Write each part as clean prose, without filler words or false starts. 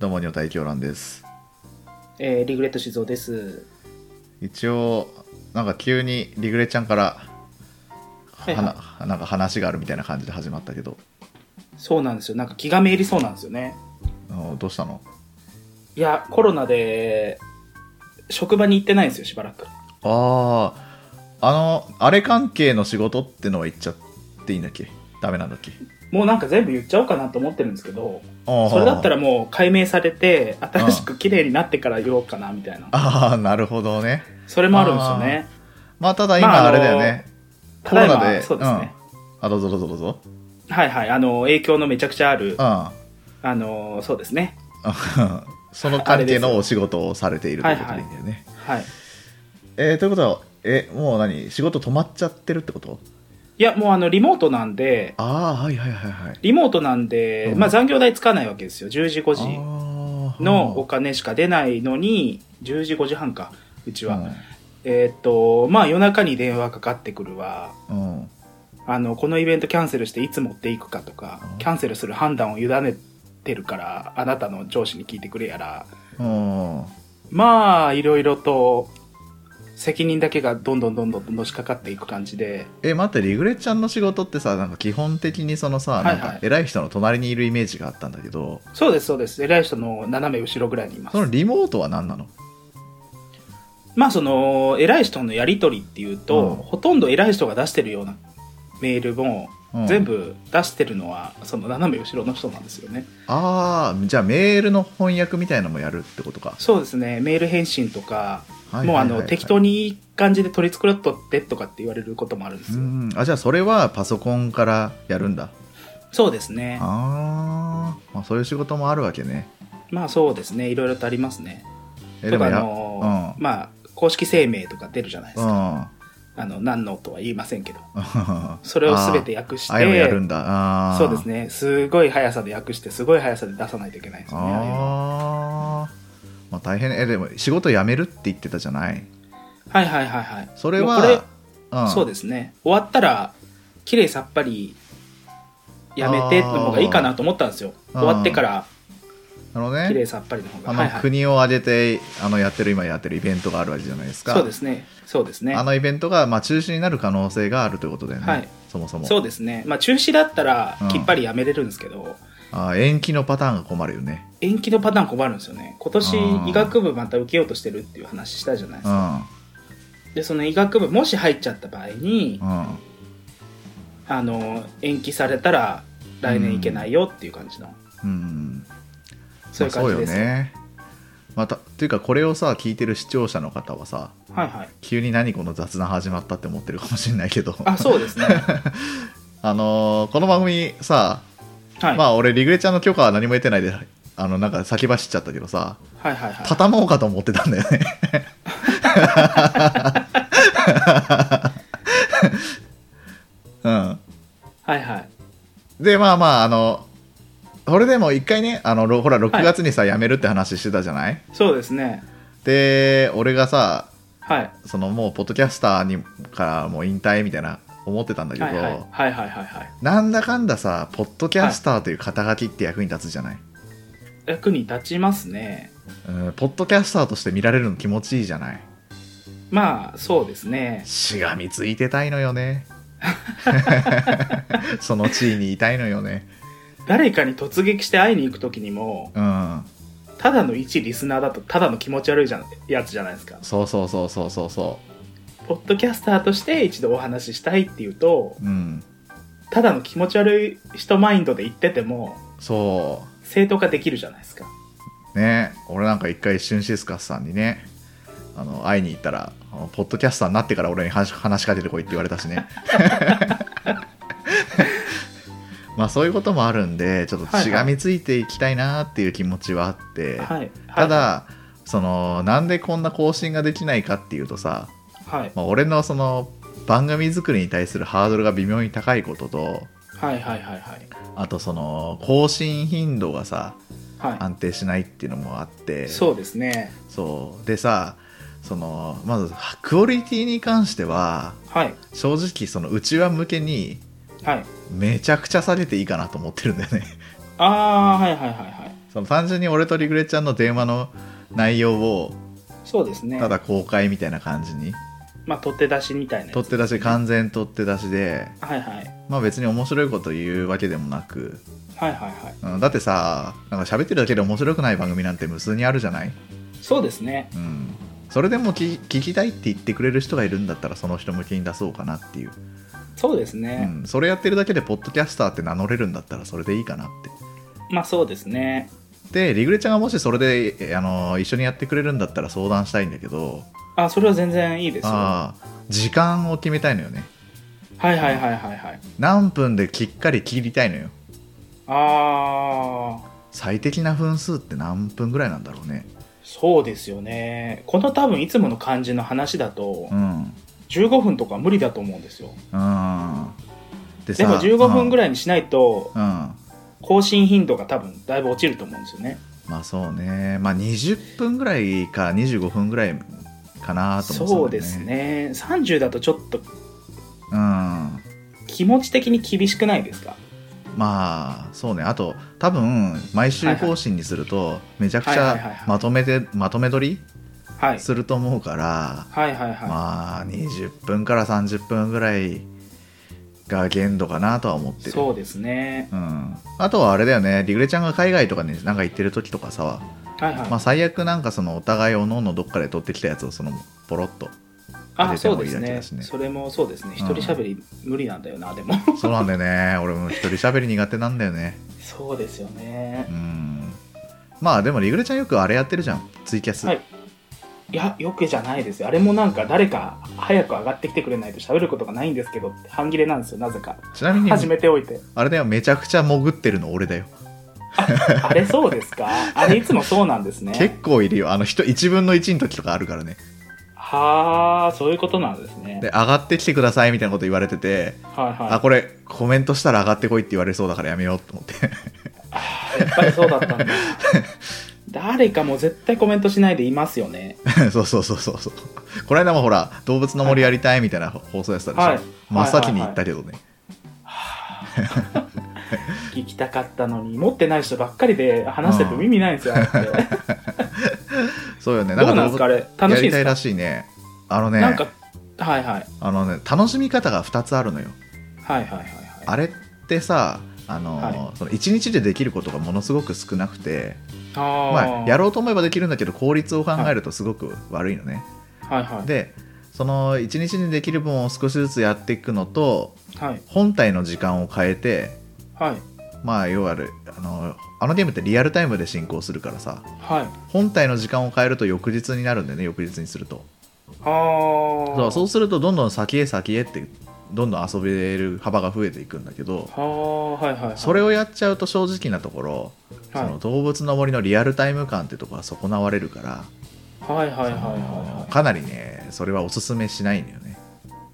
どうも、女体狂乱です。 リグレット静雄です。 一応なんか急にリグレちゃんから、なんか話があるみたいな感じで始まったけど。 そうなんですよ。なんか気がめいりそうなんですよね。 どうしたの？いや、コロナで職場に行ってないんですよ、しばらく。 あれ関係の仕事ってのは言っちゃっていいんだっけ？ダメなんだっけ？ もうなんか全部言っちゃおうかなと思ってるんですけど、それだったらもう解明されて新しく綺麗になってから言おうかなみたいな。 なるほどね。 それもあるんですよね。 まあただ今あれだよね、コロナで。 そうですね、 どうぞどうぞどうぞ。 はいはい、影響のめちゃくちゃある、そうですねその関係のお仕事をされているということでいいんだよね。 はい、はい。 ということはもう仕事止まっちゃってるってこと？ いや、もうリモートなんで。 はいはいはいはい。 リモートなんで、残業代つかないわけですよ。10時5時のお金しか出ないのに、10時5時半か、うちは。夜中に電話かかってくるわ。このイベントキャンセルしていつ持っていくかとか、キャンセルする判断を委ねてるから、あなたの上司に聞いてくれやら。まあ、いろいろと、責任だけがどんどんのしかかっていく感じで。 待って、リグレちゃんの仕事ってさ、なんか基本的にそのさ、なんか偉い人の隣にいるイメージがあったんだけど。 そうですそうです。偉い人の斜め後ろぐらいにいます。 そのリモートは何なの？ まあその偉い人のやり取りっていうと、ほとんど偉い人が出してるようなメールも、全部出してるのはその斜め後ろの人なんですよね。 じゃあメールの翻訳みたいなのもやるってことか。 そうですね。メール返信とか、もう適当にいい感じで取り繕っとってとかって言われることもあるんですよ。 じゃあそれはパソコンからやるんだ。 そうですね。 まあ、そういう仕事もあるわけね。 まあそうですね。いろいろとありますね。とかまあ公式声明とか出るじゃないですか。何のとは言いませんけどそれを全て訳してやるんだ。 そうですね。すごい速さで訳してすごい速さで出さないといけないですよね。 まあ、大変。でも仕事辞めるって言ってたじゃない？ はいはいはいはい。 それはそうですね。終わったらきれいさっぱりやめての方がいいかなと思ったんですよ。終わってからきれいさっぱりの方が。 国を挙げて今やってるイベントがあるわけじゃないですか。 そうですね。そうですね。 イベントが中止になる可能性があるということだよね。はい、そもそも。 そうですね。まあ中止だったらきっぱりやめれるんですけど。 延期のパターンが困るよね。 延期のパターン困るんですよね。今年医学部また受けようとしてるっていう話したじゃないですか。でその医学部もし入っちゃった場合に、延期されたら来年行けないよっていう感じの。そういう感じですよね。 っていうかこれをさ聞いてる視聴者の方はさ、急に何この雑談始まったって思ってるかもしれないけど。 そうですね。 この番組さ、まあ俺リグレちゃんの許可は何も得てないでなんか先走っちゃったけどさ、畳もうかと思ってたんだよね。でまあそれでも一回ねほら6月にさ、辞めるって話してたじゃない？ そうですね。 で俺がさ、そのもうポッドキャスターからもう引退みたいな思ってたんだけど、なんだかんださポッドキャスターという肩書きって役に立つじゃない？ 役に立ちますね。 ポッドキャスターとして見られるの気持ちいいじゃない？ まあそうですね。 しがみついてたいのよね。その地位にいたいのよね。 誰かに突撃して会いに行く時にも、ただの一リスナーだとただの気持ち悪いやつじゃないですか。 そう。ポッドキャスターとして一度お話ししたいっていうと、ただの気持ち悪い人マインドで言ってても正当化できるじゃないですかね。俺なんか一回シュンシスカスさんにね会いに行ったらポッドキャスターになってから俺に話しかけてこいって言われたしね。まあそういうこともあるんでちょっとしがみついていきたいなっていう気持ちはあって、ただなんでこんな更新ができないかっていうとさ、俺のその番組作りに対するハードルが微妙に高いことと、あとその更新頻度がさ、安定しないっていうのもあって、 そうですね。 そうでさ、まずクオリティに関しては、正直そのうちわ向けにめちゃくちゃ下げていいかなと思ってるんだよね。 その単純に俺とリグレちゃんの電話の内容をそうですね、 ただ公開みたいな感じに、 まあ取って出しみたいなやつ、 取って出し、完全取って出しで、 はいはい、 まあ別に面白いこと言うわけでもなく、 はいはいはい、 だってさ、なんか喋ってるだけで面白くない番組なんて無数にあるじゃない。 そうですね、 それでも聞きたいって言ってくれる人がいるんだったらその人向けに出そうかなっていう。 そうですね、 それやってるだけでポッドキャスターって名乗れるんだったらそれでいいかなって。 まあそうですね。 でリグレちゃんがもしそれで一緒にやってくれるんだったら相談したいんだけど、 それは全然いいですよ。 時間を決めたいのよね。 はいはいはいはいはい。 何分できっかり切りたいのよ。最適な分数って何分ぐらいなんだろうね。 そうですよね。この多分いつもの感じの話だと、15分とか無理だと思うんですよ。でも15分ぐらいにしないと、更新頻度が多分だいぶ落ちると思うんですよね。 まあそうね。まあ20分ぐらいか25分ぐらいかなと思って、 そうですね。30だとちょっと、気持ち的に厳しくないですか？ まあそうね。あと多分毎週更新にするとめちゃくちゃまとめ撮りすると思うから、まあ20分から30分ぐらいが限度かなとは思ってる。 そうですね。 あとはあれだよね。リグレちゃんが海外とかになんか行ってる時とかさ、まあ最悪なんかそのお互いおのおのどっかで撮ってきたやつをそのポロッと。 そうですね。それもそうですね。一人喋り無理なんだよな、でも。 そうなんだよね。俺も一人喋り苦手なんだよね。 そうですよね。 まあでもリグレちゃんよくあれやってるじゃん、ツイキャス。 いや、よくじゃないですよ。あれもなんか誰か早く上がってきてくれないと喋ることがないんですけどって半切れなんですよ、なぜか。 ちなみに始めておいて。 あれだよ、めちゃくちゃ潜ってるの俺だよ。 あれそうですか？あれいつもそうなんですね。 結構いるよ。1分の1の時とかあるからね。 はあ、そういうことなんですね。 で、上がってきてくださいみたいなこと言われてて、これコメントしたら上がってこいって言われそうだからやめようと思って。 やっぱりそうだったんだ。誰かも絶対コメントしないでいますよね。 そう。この間もほら動物の森やりたいみたいな放送やってたでしょ。真っ先に言ったけどね。 聞きたかったのに持ってない人ばっかりで話してて耳ないんですよ。 そうよね。 なんか動物やりたいらしいね。 なんか楽しみ方が2つあるのよ。あれってさ、その1日でできることがものすごく少なくて、まあ、やろうと思えばできるんだけど効率を考えるとすごく悪いのね。でその1日にできる分を少しずつやっていくのと、本体の時間を変えて、まあ要はあのゲームってリアルタイムで進行するからさ、本体の時間を変えると翌日になるんだよね。翌日にするとそうするとどんどん先へってどんどん遊べる幅が増えていくんだけど、それをやっちゃうと正直なところ、その動物の森のリアルタイム感ってところが損なわれるから、かなりねそれはおすすめしないんだよね。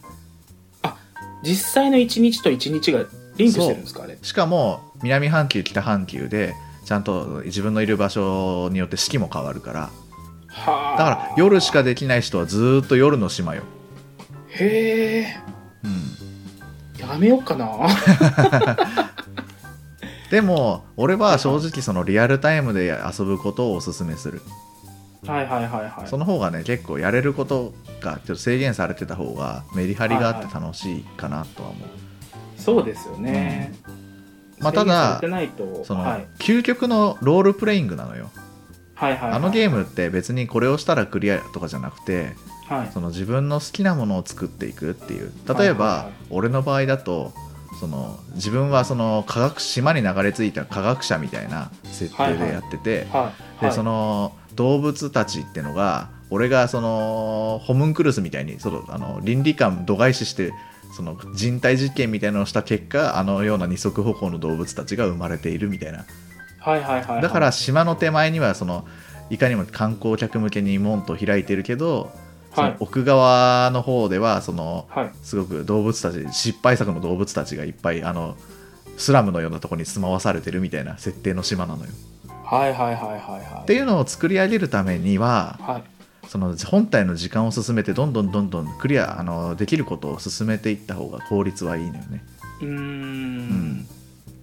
実際の1日と1日がリンクしてるんですか？あれしかも南半球北半球でちゃんと自分のいる場所によって四季も変わるから、だから夜しかできない人はずっと夜の島よ。 へえ。やめようかな。 でも俺は正直そのリアルタイムで遊ぶことをおすすめする。その方がね結構やれることがちょっと制限されてた方がメリハリがあって楽しいかなとは思う。 そうですよね。 まあただその究極のロールプレイングなのよ。あのゲームって別にこれをしたらクリアとかじゃなくて、その自分の好きなものを作っていくっていう。例えば俺の場合だとその自分はその島に流れ着いた科学者みたいな設定でやってて、でその動物たちってのが俺がそのホムンクルスみたいに倫理観度外視してその人体実験みたいなのをした結果あのような二足歩行の動物たちが生まれているみたいな。だから島の手前にはそのいかにも観光客向けに門と開いてるけど、その奥側の方ではそのすごく動物たち失敗作の動物たちがいっぱいスラムのようなところに住まわされてるみたいな設定の島なのよ。っていうのを作り上げるためには、その本体の時間を進めてどんどんクリアできることを進めていった方が効率はいいのよね。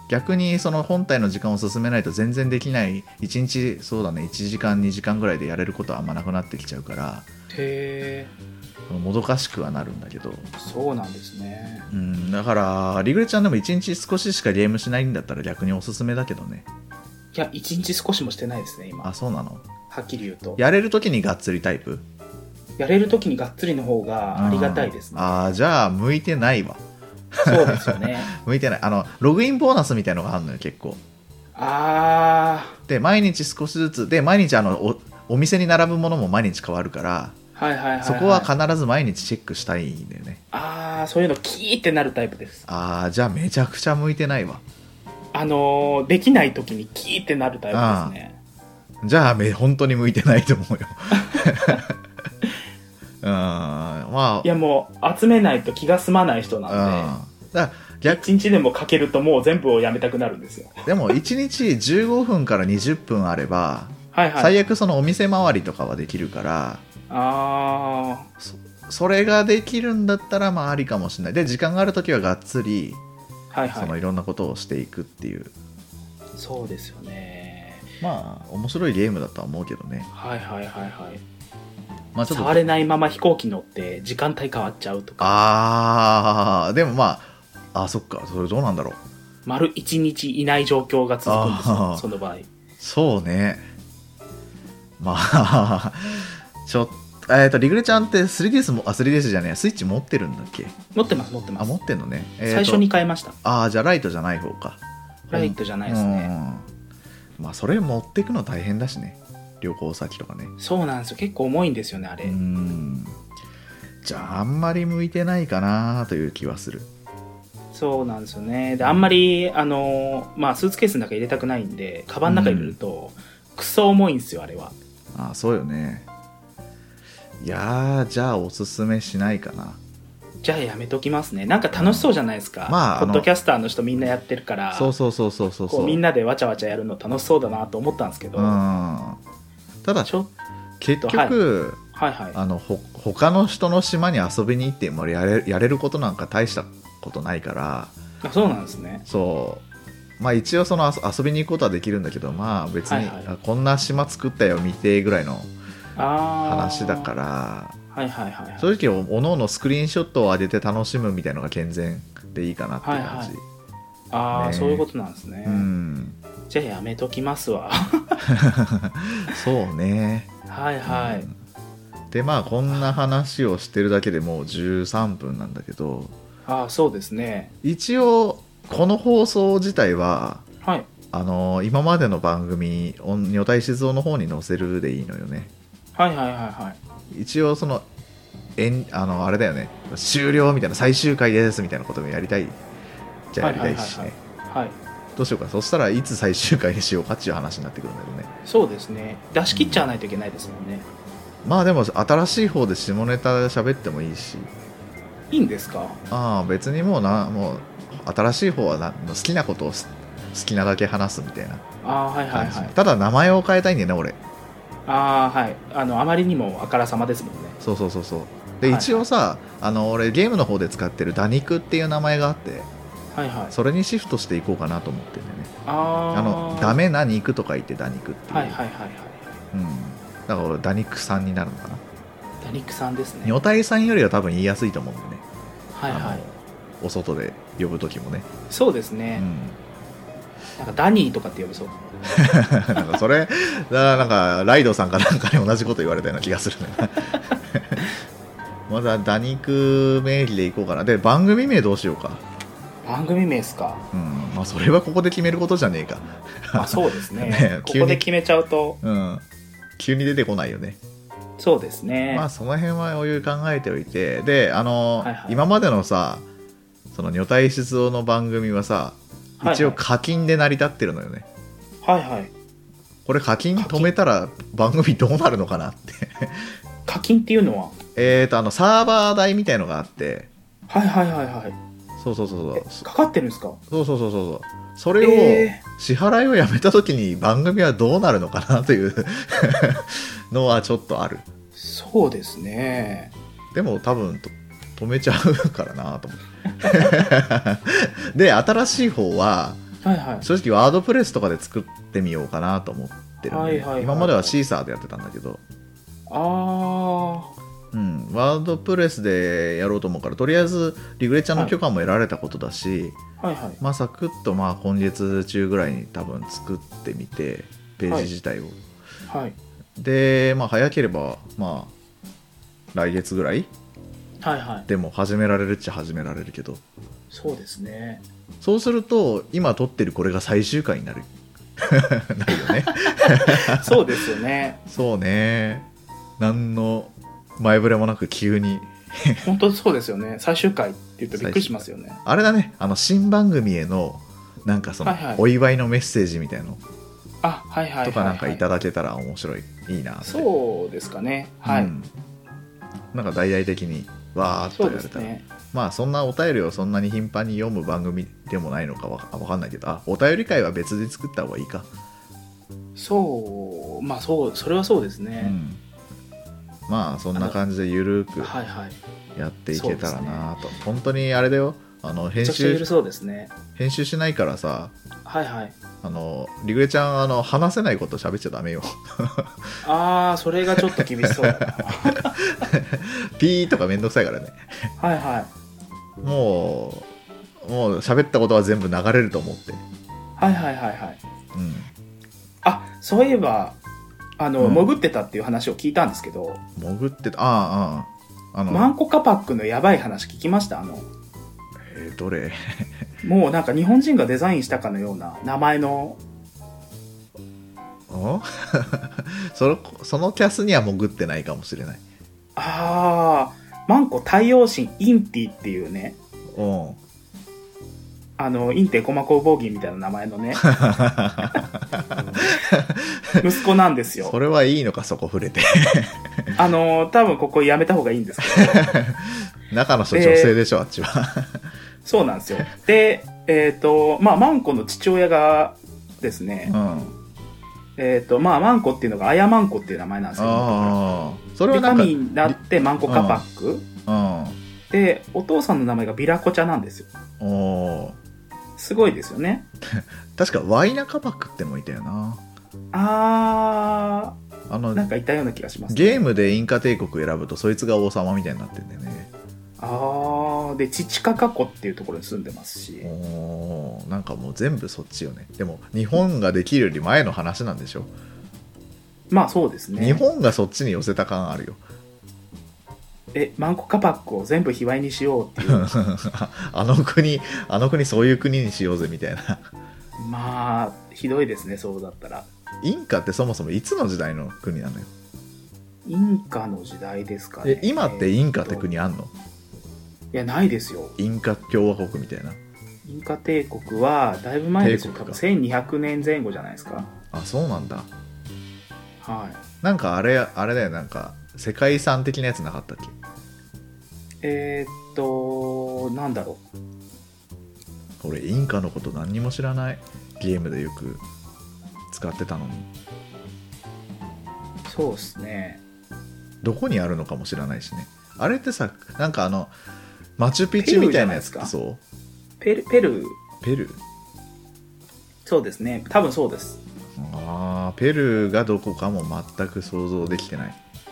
逆にその本体の時間を進めないと全然できない1日そうだね1時間2時間ぐらいでやれることはあんまなくなってきちゃうから、 へーもどかしくはなるんだけど。 そうなんですね。 だからリグレちゃんでも1日少ししかゲームしないんだったら逆におすすめだけどね。 いや1日少しもしてないですね今。 あ、そうなの。 はっきり言うとやれる時にがっつりタイプ。 やれる時にがっつりの方がありがたいですね。 ああ、じゃあ向いてないわ。 そうですよね。 向いてない。ログインボーナスみたいのがあるのよ結構。で毎日少しずつで、毎日お店に並ぶものも毎日変わるから、 はいはいはいはい、 そこは必ず毎日チェックしたいんだよね。 ああ、そういうのキーってなるタイプです。 ああ、じゃあめちゃくちゃ向いてないわ。 できない時にキーってなるタイプですね。 じゃあ本当に向いてないと思うよ。まあ、 いやもう集めないと気が済まない人なんで、だから1日でもかけるともう全部をやめたくなるんですよ。 でも1日15分から20分あればはい、はい、 最悪そのお店回りとかはできるから、それができるんだったらまあありかもしれない。で時間があるときはがっつり、はいはい、そのいろんなことをしていくっていう。 そうですよね。 まあ面白いゲームだとは思うけどね。 はいはいはいはい。 まあ、ちょっと触れないまま飛行機乗って時間帯変わっちゃうとか。 ああ、でもまあ、そっか、それどうなんだろう。 丸1日いない状況が続くんですよ、その場合。 そうね。まあちょっとリグレちゃんって 3DS も3DS じゃねえ、スイッチ持ってるんだっけ。 持ってます持ってます。 持ってんのね。 最初に買いました。 じゃあライトじゃない方か。 ライトじゃないですね。 まあそれ持ってくの大変だしね、旅行先とかね。 そうなんですよ、結構重いんですよねあれ。 じゃああんまり向いてないかなという気はする。 そうなんですよね。であんまりまあスーツケースの中入れたくないんで、カバンの中入れると、クソ重いんですよあれは。 そうよね。いやじゃあおすすめしないかな。 じゃあやめときますね。なんか楽しそうじゃないですか。まあポッドキャスターの人みんなやってるから、そうみんなでわちゃわちゃやるの楽しそうだなと思ったんですけど、 ただ結局、他の人の島に遊びに行ってもやれることなんか大したことないから。 そうなんですね。 まあ一応その遊びに行くことはできるんだけど、まあ別に、こんな島作ったよ見てぐらいの話だから、正直おのおのスクリーンショットを上げて楽しむみたいなのが健全でいいかなっていう感じ。 そういうことなんですね。じゃあやめときますわ。 そうね。 はいはい。 でまあこんな話をしてるだけでもう13分なんだけど。 そうですね。 一応この放送自体は、 はい、 今までの番組女体静雄の方に載せるでいいのよね。 はいはいはいはい。 一応そのあれだよね、終了みたいな、最終回ですみたいなこともやりたいじゃやりたいしね。どうしようか。そしたらいつ最終回にしようかっていう話になってくるんだよね。 そうですね、出し切っちゃわないといけないですもんね。 まあでも新しい方で下ネタ喋ってもいいし。 いいんですか。 別にもう新しい方は好きなことを好きなだけ話すみたいな感じ。ただ名前を変えたいんだよね俺。 はい。あまりにもあからさまですもんね。 そうで、一応さ、俺ゲームの方で使ってるダニクっていう名前があって、それにシフトしていこうかなと思ってるんだよね。ダメな肉とか言ってダニクっていう。だからダニクさんになるのかな。 ダニクさんですね。 女体さんよりは多分言いやすいと思うんだよね。 はい。 お外で呼ぶ時もね。 そうですね。なんかダニーとかって呼びそう。 なんかそれなんかライドさんかなんかに同じこと言われたような気がするね。まずはダニク名義でいこうかな。で番組名どうしようか。 番組名ですか。 まあそれはここで決めることじゃねえか。 そうですね。ここで決めちゃうと、 急に出てこないよね。 そうですね。 まあその辺は余裕考えておいて、で今までのさ、その女体静雄の番組はさ、一応課金で成り立ってるのよね。これ課金止めたら番組どうなるのかなって。 課金っていうのはサーバー代みたいのがあって。 そうかかってるんですか。 そうそれを支払いをやめた時に番組はどうなるのかなというのはちょっとある。 そうですね。 でも多分止めちゃうからなと思って。で新しい方ははいはい、 正直ワードプレスとかで作ってみようかなと思ってるんで、はいはいはいはい、今まではシーサーでやってたんだけど、うん、ワードプレスでやろうと思うから、とりあえずリグレちゃんの許可も得られたことだし、 はいはいはい、 まあ、サクッとまあ今月中ぐらいに多分作ってみて、ページ自体を、 はいはい、 で、まあ、早ければまあ来月ぐらい、 はいはい、 でも始められるっちゃ始められるけど、 そうですね。 そうすると今撮ってるこれが最終回になるなるよねそうですよね。 そうね、何の前触れもなく急に本当そうですよね。最終回って言うとびっくりしますよね。 あれだね、新番組へのなんかそのお祝いのメッセージみたいなのとかなんかいただけたら面白い、いいなって。 そうですかね。はい、うん、 なんか大々的にわーっとやれたら、ね、まあそんなお便りをそんなに頻繁に読む番組でもないのかわかんないけど、お便り会は別で作った方がいいか。 そう、まあそれはそうですね、 うん、まあそんな感じでゆるくやっていけたらなと、本当にあれだよ、編集しないからさ、 はいはい、 リグレちゃん話せないこと喋っちゃダメよそれがちょっと厳しそうだなピーとかめんどくさいからね。 はいはい、 もう喋ったことは全部流れると思って。 はいはいはいはい、 うん、 そういえば潜ってたっていう話を聞いたんですけど、 潜ってた、 マンコカパックのやばい話聞きました？ どれもうなんか日本人がデザインしたかのような名前のそのキャスには潜ってないかもしれない。 マンコ太陽神インティっていうね、インテコマコウボウギみたいな名前のね息子なんですよ。 それはいいのか、そこ触れて多分ここやめた方がいいんですけど中の人女性でしょ、あっちはそうなんですよ。でマンコの父親がですね、マンコっていうのがアヤマンコっていう名前なんですけど、 それはなんか神になってマンコカパック、でお父さんの名前がビラコチャなんですよ。すごいですよね確かワイナカパックってもいたよな。 なんかいたような気がします、ね、 ゲームでインカ帝国選ぶとそいつが王様みたいになってるんだよね。 でチチカカ湖っていうところに住んでますし、 なんかもう全部そっちよね。でも日本ができるより前の話なんでしょ。 まあそうですね。 日本がそっちに寄せた感あるよ。 マンコカパックを全部卑猥にしようっていうあの国そういう国にしようぜみたいなまあひどいですね、そうだったら。 インカってそもそもいつの時代の国なのよ。 インカの時代ですかね。 今ってインカって国あんの？ いやないですよ。 インカ共和国みたいな。 インカ帝国はだいぶ前ですよ。多分1200年前後じゃないですか。 そうなんだ。 はい。 なんかあれだよ、なんか世界遺産的なやつなかったっけ？ なんだろう。俺インカのこと何にも知らない。ゲームでよく使ってたのに。 そうですね。 どこにあるのかも知らないしね。あれってさ、なんかマチュピチュみたいなやつってそう？ ペルー？そうですね。多分そうです。 ペルーがどこかも全く想像できてない。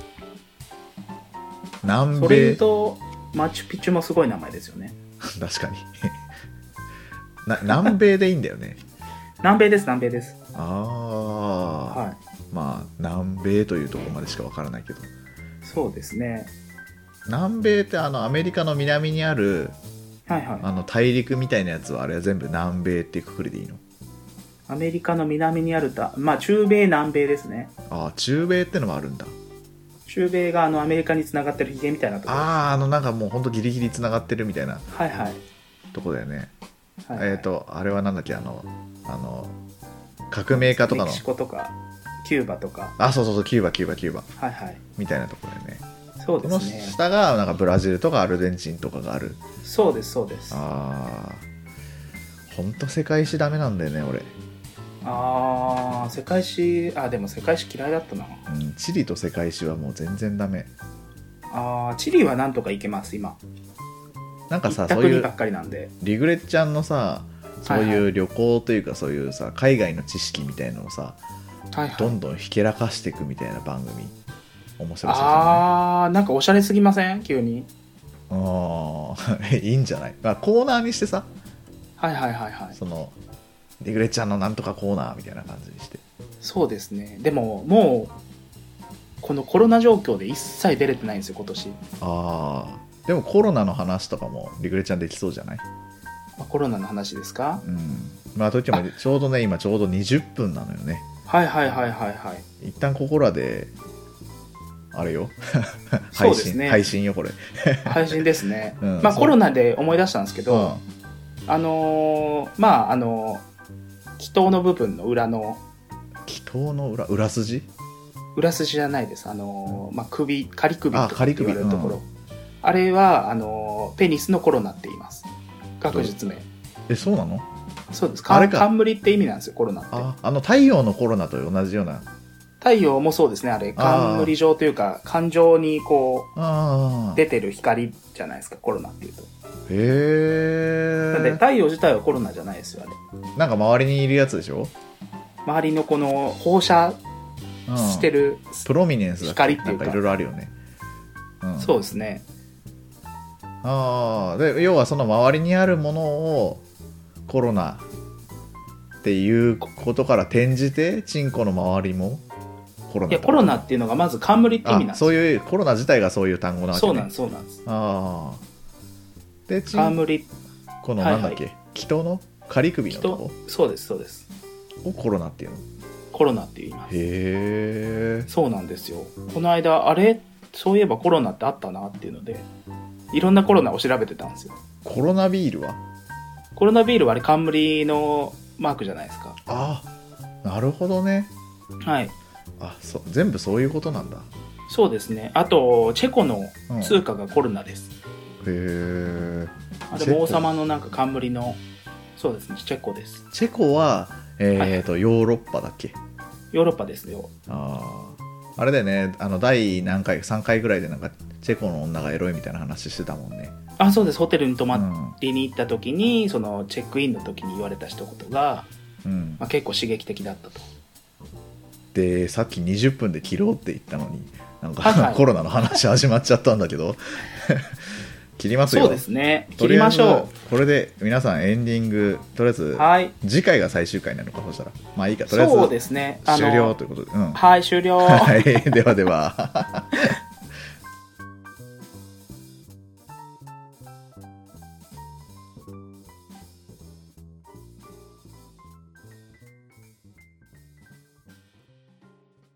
南米。 それ言うとマチュピチュもすごい名前ですよね。 確かに南米でいいんだよね。 南米です。 はい。まあ南米というところまでしかわからないけど。 そうですね。 南米ってアメリカの南にある、 はいはい、 大陸みたいなやつはあれは全部南米っていうくくりでいいの？ アメリカの南にある中米南米ですね。 中米ってのもあるんだ。 中米がアメリカにつながってるヒゲみたいなところ。 なんかもうほんとギリギリつながってるみたいな、 はいはい、 とこだよね。 はいはい、 あれはなんだっけ、革命家とかのメキシコとかキューバとか。 そうキューバ、 はいはい、 みたいなとこだよね。 そうですね。 この下がなんかブラジルとかアルゼンチンとかがある。 そうです。ほんと世界史ダメなんだよね俺。 世界史でも世界史嫌いだったな。 地理と世界史はもう全然ダメ。 地理はなんとかいけます今。 なんかさ、 そういうばっかりなんで。 リグレッちゃんのさ、 そういう旅行というか、そういうさ海外の知識みたいなのをさ、はいはい、どんどんひけらかしていくみたいな番組面白そうじゃない？ あー、なんかおしゃれすぎません？急に。 いいんじゃない、まあ、コーナーにしてさ、 はいはいはいはい、 そのリグレちゃんのなんとかコーナーみたいな感じにして。 そうですね。でももうこのコロナ状況で一切出れてないんですよ今年。 でもコロナの話とかもリグレちゃんできそうじゃない？ コロナの話ですか？ まあといってもちょうどね、今ちょうど20分なのよね。 はいはいはいはいはい。 一旦ここらであれよそうですね、 配信よこれ配信ですね、まあコロナで思い出したんですけど、まあ祈祷の部分の裏の、 祈祷の裏筋じゃないです。まあ、仮首とか言われるところ、あれはペニスのコロナって言います、学術名。 そうなの？ そうです。冠って意味なんですよ、コロナって。 太陽のコロナと同じような。 太陽もそうですね、あれ冠状というか感情にこう出てる光じゃないですか、コロナっていうと。なんで太陽自体はコロナじゃないですよ、あれ。 なんか周りにいるやつでしょ？ 周りのこの放射してるプロミネンス光っていうか、 いろいろあるよね。 そうですね。 で要はその周りにあるものをコロナっていうことから転じてチンコの周りもコロナ。 いや、コロナっていうのがまず冠って意味なんです。 そういうコロナ自体がそういう単語なわけね。 そうなんです。 で冠、 このなんだっけ、祈祷の仮首のとこ。 そうですをコロナっていうの？ コロナって言います。 へえ。 そうなんですよ。この間そういえばコロナってあったなっていうので、いろんなコロナを調べてたんですよ。 コロナビールは？ コロナビールはあれ冠のマークじゃないですか。 なるほどね。 はい。 全部そういうことなんだ。 そうですね。あとチェコの通貨がコロナです。 へえ。 あれも王様のなんか冠の。そうですね、チェコです。 チェコはヨーロッパだっけ？ ヨーロッパですよ。 あれだよね、第何回3回ぐらいでなんかチェコの女がエロいみたいな話してたもんね。 そうです。ホテルに泊まりに行った時に、そのチェックインの時に言われた一言が、結構刺激的だったと。 でさっき20分で切ろうって言ったのになんか、コロナの話始まっちゃったんだけど切りますよ。 そうですね、切りましょう。これで皆さんエンディングとりあえず、次回が最終回なのか。そしたらまあいいか、とりあえずそうですね、 終了ということで、 はい、終了はい、ではでは